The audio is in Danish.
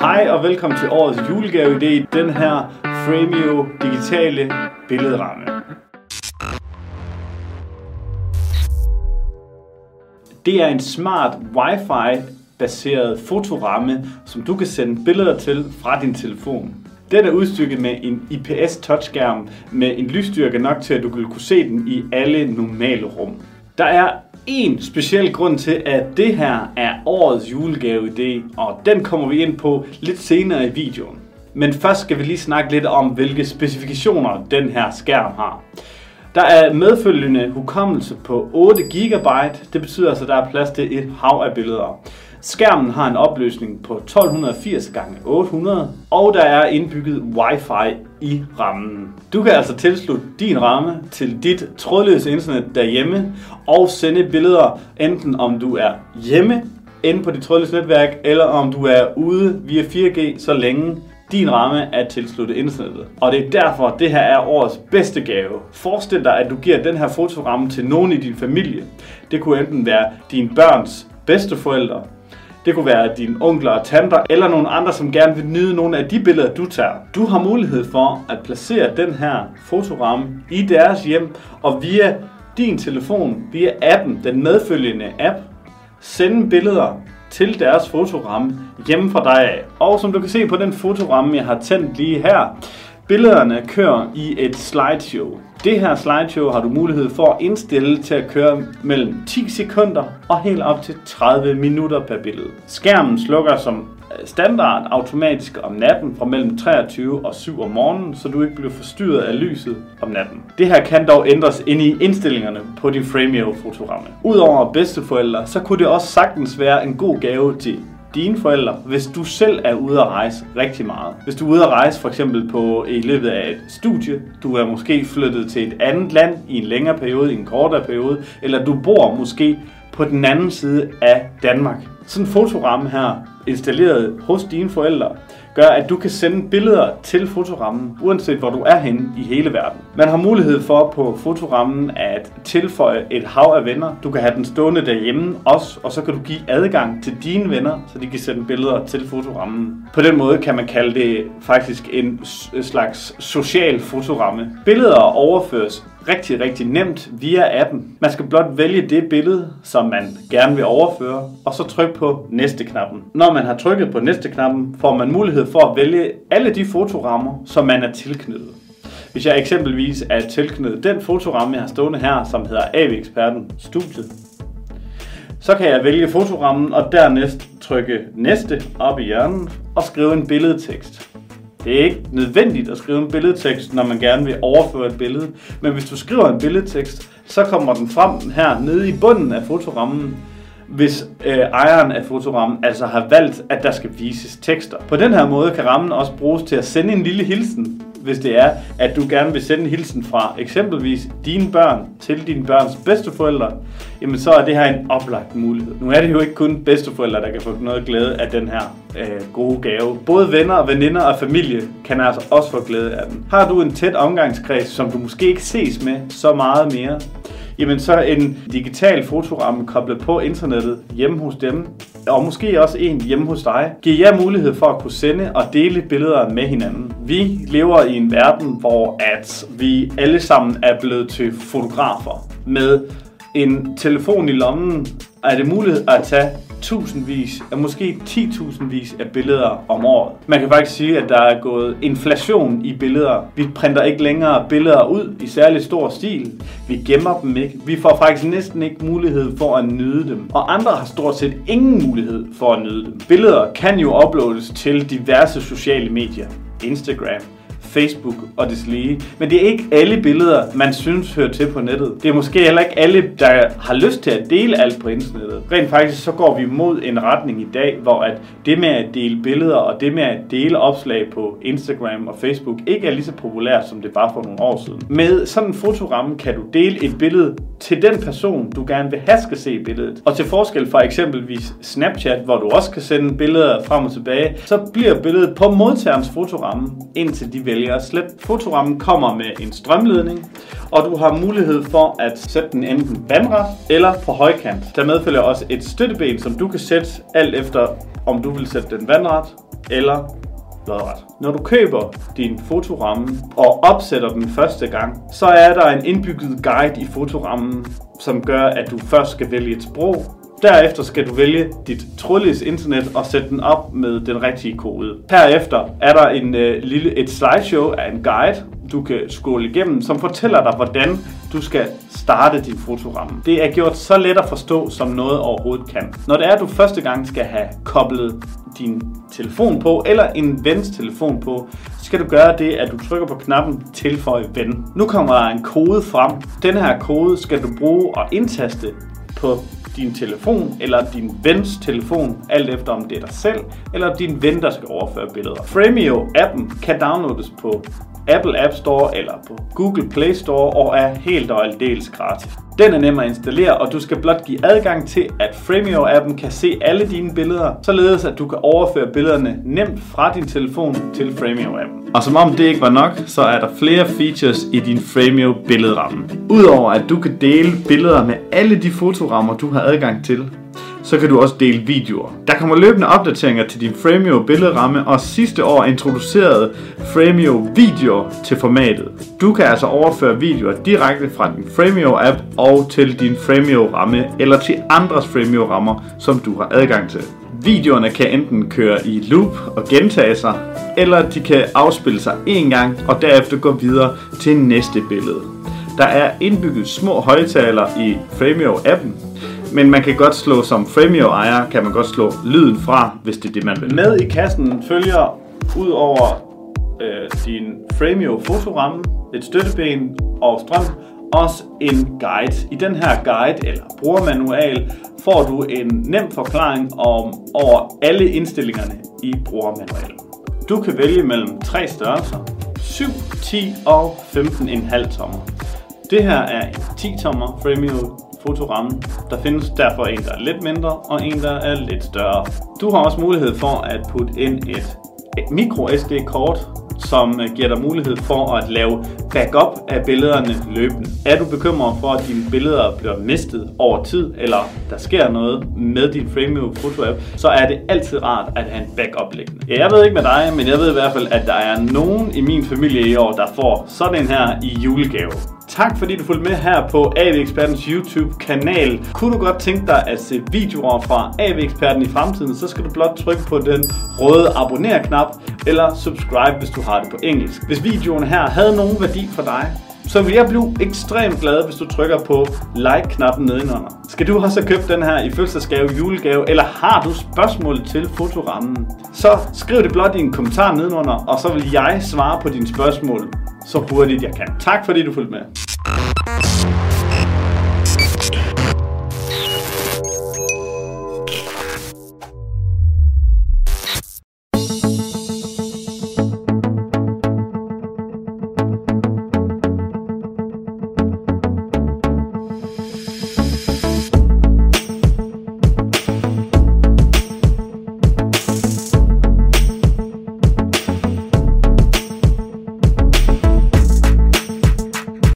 Hej og velkommen til årets julegave i den her Framio digitale billedramme. Det er en smart Wi-Fi baseret fotoramme, som du kan sende billeder til fra din telefon. Den er udstyret med en IPS touchskærm med en lysstyrke nok til, at du vil kunne se den i alle normale rum. Der er en speciel grund til, at det her er årets julegave-idé, og den kommer vi ind på lidt senere i videoen. Men først skal vi lige snakke lidt om, hvilke specifikationer den her skærm har. Der er medfølgende hukommelse på 8 GB, det betyder altså, at der er plads til et hav af billeder. Skærmen har en opløsning på 1280x800, og der er indbygget Wi-Fi i rammen. Du kan altså tilslutte din ramme til dit trådløse internet derhjemme og sende billeder, enten om du er hjemme inde på dit trådløse netværk, eller om du er ude via 4G, så længe din ramme er tilsluttet internettet. Og det er derfor, det her er årets bedste gave. Forestil dig, at du giver den her fotoramme til nogen i din familie. Det kunne enten være dine børns bedsteforældre, det kunne være dine onkler og tanter, eller nogle andre, som gerne vil nyde nogle af de billeder, du tager. Du har mulighed for at placere den her fotoramme i deres hjem, og via din telefon, via appen, den medfølgende app, sende billeder til deres fotoramme hjemme fra dig af. Og som du kan se på den fotoramme, jeg har tændt lige her, billederne kører i et slideshow. Det her slideshow har du mulighed for at indstille til at køre mellem 10 sekunder og helt op til 30 minutter per billede. Skærmen slukker som standard automatisk om natten fra mellem 23 og 7 om morgenen, så du ikke bliver forstyrret af lyset om natten. Det her kan dog ændres ind i indstillingerne på din Framio fotoramme. Udover bedsteforældre, så kunne det også sagtens være en god gave til dine forældre, hvis du selv er ude at rejse rigtig meget. Hvis du er ude at rejse for eksempel i løbet af et studie, du er måske flyttet til et andet land i en længere periode, i en kortere periode, eller du bor måske på den anden side af Danmark. Sådan en fotoramme her, installeret hos dine forældre, gør, at du kan sende billeder til fotorammen, uanset hvor du er henne i hele verden. Man har mulighed for på fotorammen at tilføje et hav af venner. Du kan have den stående derhjemme også, og så kan du give adgang til dine venner, så de kan sende billeder til fotorammen. På den måde kan man kalde det faktisk en slags social fotoramme. Billeder overføres rigtig nemt via appen. Man skal blot vælge det billede, som man gerne vil overføre, og så trykke på næste-knappen. Når man har trykket på næste-knappen, får man mulighed for at vælge alle de fotorammer, som man er tilknyttet. Hvis jeg eksempelvis er tilknyttet den fotoramme, jeg har stående her, som hedder AV-eksperten Studiet, så kan jeg vælge fotorammen og dernæst trykke næste op i hjørnet og skrive en billedtekst. Det er ikke nødvendigt at skrive en billedtekst, når man gerne vil overføre et billede, men hvis du skriver en billedtekst, så kommer den frem her nede i bunden af fotorammen, hvis ejeren af fotorammen altså har valgt, at der skal vises tekster. På den her måde kan rammen også bruges til at sende en lille hilsen, hvis det er, at du gerne vil sende en hilsen fra eksempelvis dine børn til dine børns bedsteforældre, jamen så er det her en oplagt mulighed. Nu er det jo ikke kun bedsteforældre, der kan få noget glæde af den her gode gave. Både venner, veninder og familie kan altså også få glæde af den. Har du en tæt omgangskreds, som du måske ikke ses med så meget mere, jamen så en digital fotoramme koblet på internettet hjemme hos dem, og måske også en hjemme hos dig, giver jer mulighed for at kunne sende og dele billeder med hinanden. Vi lever i en verden, hvor at vi alle sammen er blevet til fotografer. Med en telefon i lommen er det muligt at tage tusindvis, måske 10.000vis af billeder om året. Man kan faktisk sige, at der er gået inflation i billeder. Vi printer ikke længere billeder ud i særlig stor stil. Vi gemmer dem ikke. Vi får faktisk næsten ikke mulighed for at nyde dem. Og andre har stort set ingen mulighed for at nyde dem. Billeder kan jo uploades til diverse sociale medier. Instagram, Facebook og deslige. Men det er ikke alle billeder, man synes hører til på nettet. Det er måske heller ikke alle, der har lyst til at dele alt på internettet. Rent faktisk så går vi mod en retning i dag, hvor at det med at dele billeder og det med at dele opslag på Instagram og Facebook ikke er lige så populært, som det var for nogle år siden. Med sådan en fotoramme kan du dele et billede til den person, du gerne vil have skal se billedet. Og til forskel fra eksempelvis Snapchat, hvor du også kan sende billeder frem og tilbage, så bliver billedet på modtagerens fotoramme, indtil de vælger vælger at slette. Fotorammen kommer med en strømledning, og du har mulighed for at sætte den enten vandret eller på højkant. Der medfølger også et støtteben, som du kan sætte alt efter, om du vil sætte den vandret eller lodret. Når du køber din fotoramme og opsætter den første gang, så er der en indbygget guide i fotorammen, som gør, at du først skal vælge et sprog. Derefter skal du vælge dit trådløse internet og sætte den op med den rigtige kode. Herefter er der et slideshow af en guide, du kan scrolle igennem, som fortæller dig, hvordan du skal starte din fotoramme. Det er gjort så let at forstå, som noget overhovedet kan. Når det er, at du første gang skal have koblet din telefon på, eller en vens telefon på, så skal du gøre det, at du trykker på knappen Tilføj ven. Nu kommer der en kode frem. Den her kode skal du bruge og indtaste på din telefon eller din vens telefon, alt efter om det er dig selv eller din ven, der skal overføre billeder. Fremio-appen kan downloades på Apple App Store eller på Google Play Store og er helt og aldeles gratis. Den er nem at installere, og du skal blot give adgang til, at Fremio-appen kan se alle dine billeder, således at du kan overføre billederne nemt fra din telefon til Fremio-appen. Og som om det ikke var nok, så er der flere features i din Fremio-billedramme. Udover at du kan dele billeder med alle de fotorammer, du har adgang til, så kan du også dele videoer. Der kommer løbende opdateringer til din Fremio billedramme, og sidste år introducerede Fremio videoer til formatet. Du kan altså overføre videoer direkte fra din Fremio app og til din Fremio ramme, eller til andres Fremio rammer, som du har adgang til. Videoerne kan enten køre i loop og gentage sig, eller de kan afspille sig en gang og derefter gå videre til næste billede. Der er indbygget små højtalere i Fremio appen, men man kan godt slå som Fremio-ejer, kan man godt slå lyden fra, hvis det er det, man vil. Med i kassen følger ud over din Fremio fotoramme, et støtteben og strøm, også en guide. I den her guide eller brugermanual får du en nem forklaring over alle indstillingerne i brugermanualen. Du kan vælge mellem 3 størrelser, 7, 10 og 15,5 tommer. Det her er en 10 tommer Fremio fotoramme. Der findes derfor en, der er lidt mindre, og en, der er lidt større. Du har også mulighed for at putte ind et micro SD-kort, som giver dig mulighed for at lave backup af billederne løbende. Er du bekymret for, at dine billeder bliver mistet over tid, eller der sker noget med din Fremio foto-app, så er det altid rart at have en backup liggende. Ja, jeg ved ikke med dig, men jeg ved i hvert fald, at der er nogen i min familie i år, der får sådan en her i julegave. Tak fordi du fulgte med her på AV-ekspertens YouTube-kanal. Kunne du godt tænke dig at se videoer fra AV-eksperten i fremtiden, så skal du blot trykke på den røde abonner-knap eller subscribe, hvis du har det på engelsk. Hvis videoen her havde nogen værdi for dig, så vil jeg blive ekstremt glad, hvis du trykker på like-knappen nedenunder. Skal du også have købt den her i fødselsdagsgave, julegave, eller har du spørgsmål til fotorammen, så skriv det blot i en kommentar nedenunder, og så vil jeg svare på dine spørgsmål så hurtigt jeg kan. Tak fordi du fulgte med.